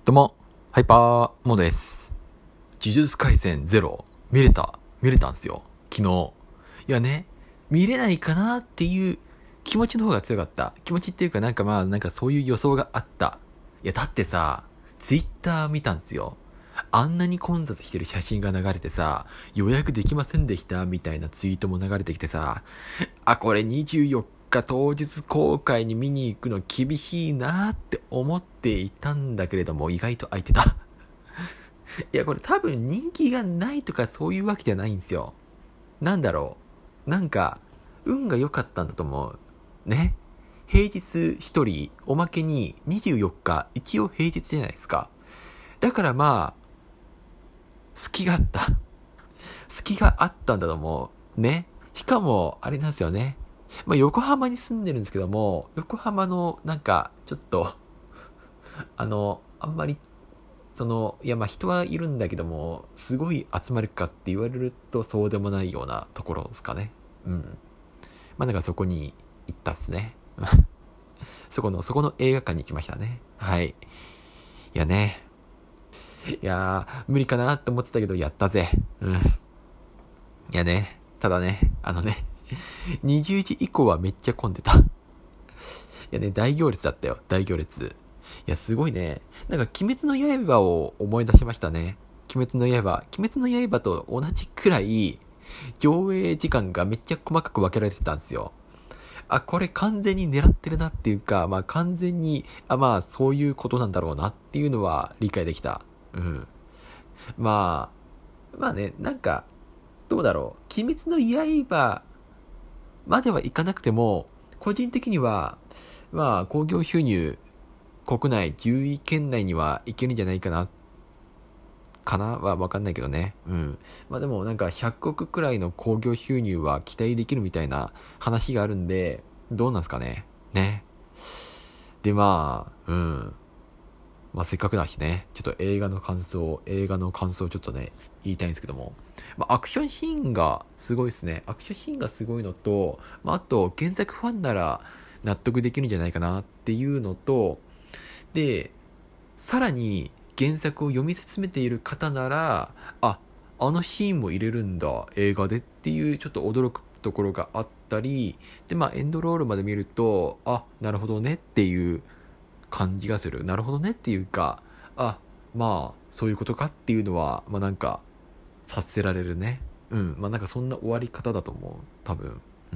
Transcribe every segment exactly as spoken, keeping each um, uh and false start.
どうも、ハイパーモードです。呪術廻戦ゼロ、見れた、見れたんですよ、昨日。いやね、見れないかなっていう気持ちの方が強かった。気持ちっていうかなんかまあ、なんかそういう予想があった。いや、だってさ、ツイッター見たんですよ。あんなに混雑してる写真が流れてさ、予約できませんでしたみたいなツイートも流れてきてさ、あ、これにじゅうよっか当日公開に見に行くの厳しいなって思っていたんだけれども、意外と空いてた。いや、これ多分人気がないとかそういうわけじゃないんですよ。なんだろう。なんか、運が良かったんだと思う。ね。平日ひとり、おまけににじゅうよっか、一応平日じゃないですか。だからまあ、隙があった。隙があったんだと思う。ね。しかも、あれなんですよね。まあ、横浜に住んでるんですけども、横浜の、なんか、ちょっと、あの、あんまり、その、いや、まあ人はいるんだけども、すごい集まるかって言われるとそうでもないようなところですかね。うん。まあ、なんかそこに行ったっすね。そこの、そこの映画館に行きましたね。はい。いやね。いやー、無理かなって思ってたけど、やったぜ。うん。いやね。ただね、あのね、にじゅうじ以降はめっちゃ混んでた。いやね、大行列だったよ。大行列。いや、すごいね。なんか、鬼滅の刃を思い出しましたね。鬼滅の刃。鬼滅の刃と同じくらい、上映時間がめっちゃ細かく分けられてたんですよ。あ、これ完全に狙ってるなっていうか、まあ完全に、あ、まあそういうことなんだろうなっていうのは理解できた。うん。まあ、まあね、なんか、どうだろう。鬼滅の刃まではいかなくても、個人的には、まあ、興行収入、国内じゅうい圏内にはいけるんじゃないかな、かなはわかんないけどね。うん。まあでもなんかひゃくおくくらいの興行収入は期待できるみたいな話があるんで、どうなんすかね。ね。でまあ、うん。まあせっかくだしね、ちょっと映画の感想、映画の感想をちょっとね、言いたいんですけども。まあアクションシーンがすごいですね。アクションシーンがすごいのと、まああと原作ファンなら納得できるんじゃないかなっていうのと、で、さらに原作を読み進めている方なら、あ、あのシーンも入れるんだ、映画でっていうちょっと驚くところがあったり、で、まあエンドロールまで見ると、あ、なるほどねっていう感じがする。なるほどねっていうか、あ、まあ、そういうことかっていうのは、まあなんか、させられるね。うん。まあなんかそんな終わり方だと思う。多分。うん。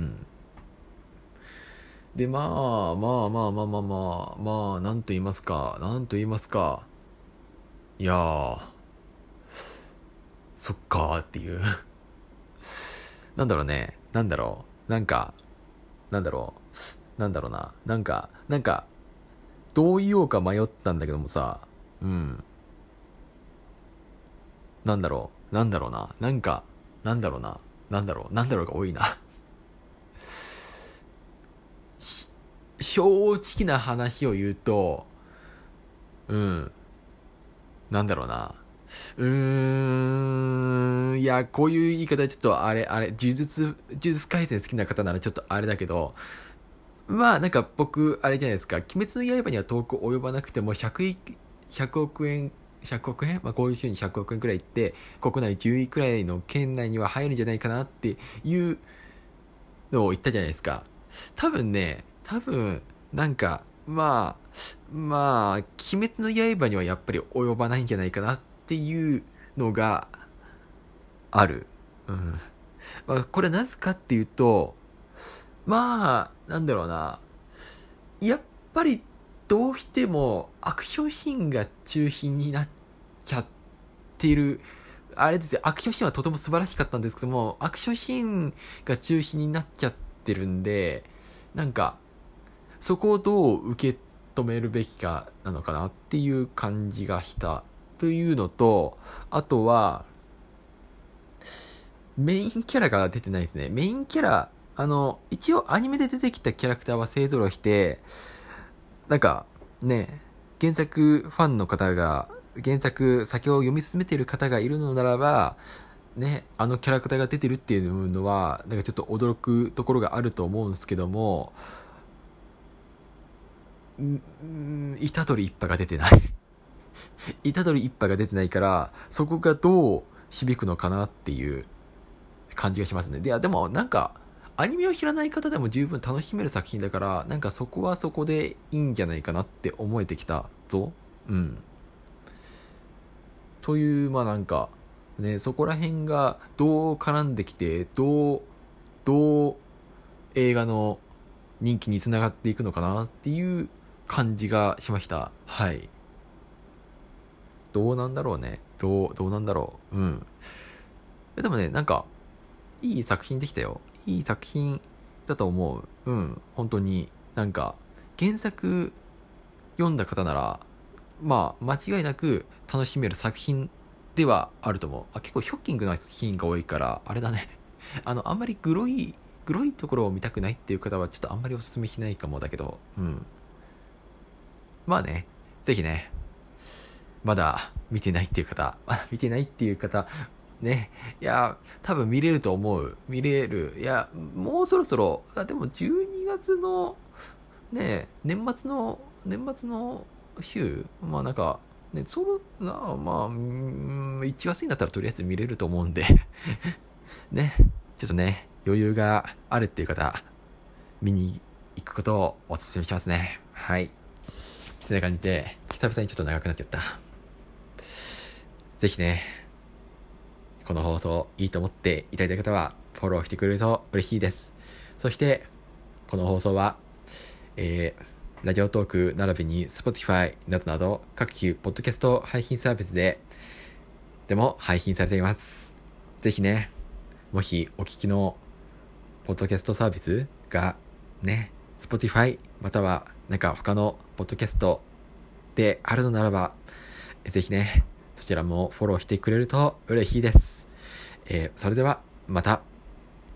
で、まあ、まあまあまあまあまあ、まあ、なんと言いますか、なんと言いますか。いやー、そっかーっていうなんだろうね。なんだろう。なんか、なんだろう。なんだろうな。なんか、なんか、どう言おうか迷ったんだけどもさ、うん。なんだろう。なんだろうな。なんか、なんだろうな。なんだろう。なんだろうが多いな。正直な話を言うと、うん。なんだろうな。うーん、いや、こういう言い方はちょっとあれ、あれ、呪術、呪術廻戦好きな方ならちょっとあれだけど、まあなんか僕、あれじゃないですか、鬼滅の刃には遠く及ばなくてもひゃくい、ひゃくおくえん、ひゃくおくえんまあこういう週にひゃくおくえんくらい行って、国内じゅういくらいの県内には入るんじゃないかなっていうのを言ったじゃないですか。多分ね、多分、なんか、まあ、まあ、鬼滅の刃にはやっぱり及ばないんじゃないかなっていうのがある。うん。まあ、これなぜかっていうと、まあ、なんだろうな。やっぱり、どうしてもアクションシーンが中心になっちゃっている。あれですよ、アクションシーンはとても素晴らしかったんですけども、アクションシーンが中心になっちゃってるんで、なんか、そこをどう受け止めるべきかなのかなっていう感じがしたというのと、あとはメインキャラが出てないですね。メインキャラ、あの一応アニメで出てきたキャラクターは勢ぞろいして、なんかね、原作ファンの方が、原作先を読み進めている方がいるのならばね、あのキャラクターが出てるっていうのはなんかちょっと驚くところがあると思うんですけども、んん虎杖一派が出てない虎杖一派が出てないから、そこがどう響くのかなっていう感じがしますね。で、でもなんか、アニメを知らない方でも十分楽しめる作品だから、なんかそこはそこでいいんじゃないかなって思えてきたぞ。うん。という、まあなんか、ね、そこら辺がどう絡んできて、どう、どう映画の人気につながっていくのかなっていう感じがしました。はい。どうなんだろうね。どう、どうなんだろう。うん。でもね、なんか、いい作品できたよ。いい作品だと思う。うん。本当に。なんか、原作読んだ方なら、まあ、間違いなく楽しめる作品ではあると思う。あ、結構ショッキングなシーンが多いから、あれだね。あの、あんまりグロい、グロいところを見たくないっていう方は、ちょっとあんまりお勧めしないかもだけど、うん。まあね、ぜひね、まだ見てないっていう方、まだ見てないっていう方、ね。いや、多分見れると思う。見れる。いや、もうそろそろ、あでもじゅうにがつの、ね、年末の、年末の週、まあなんか、ね、そろ、なまあ、うん、いちがつになったらとりあえず見れると思うんで、ね、ちょっとね、余裕があるっていう方、見に行くことをお勧めしますね。はい。そんな感じで、久々にちょっと長くなっちゃった。ぜひね、この放送いいと思っていただいた方はフォローしてくれると嬉しいです。そして、この放送は、えー、ラジオトーク並びに Spotify などなど各種ポッドキャスト配信サービスででも配信されています。ぜひね、もしお聞きのポッドキャストサービスがね、Spotify またはなんか他のポッドキャストであるのならば、ぜひね、そちらもフォローしてくれると嬉しいです。えー、それではまた。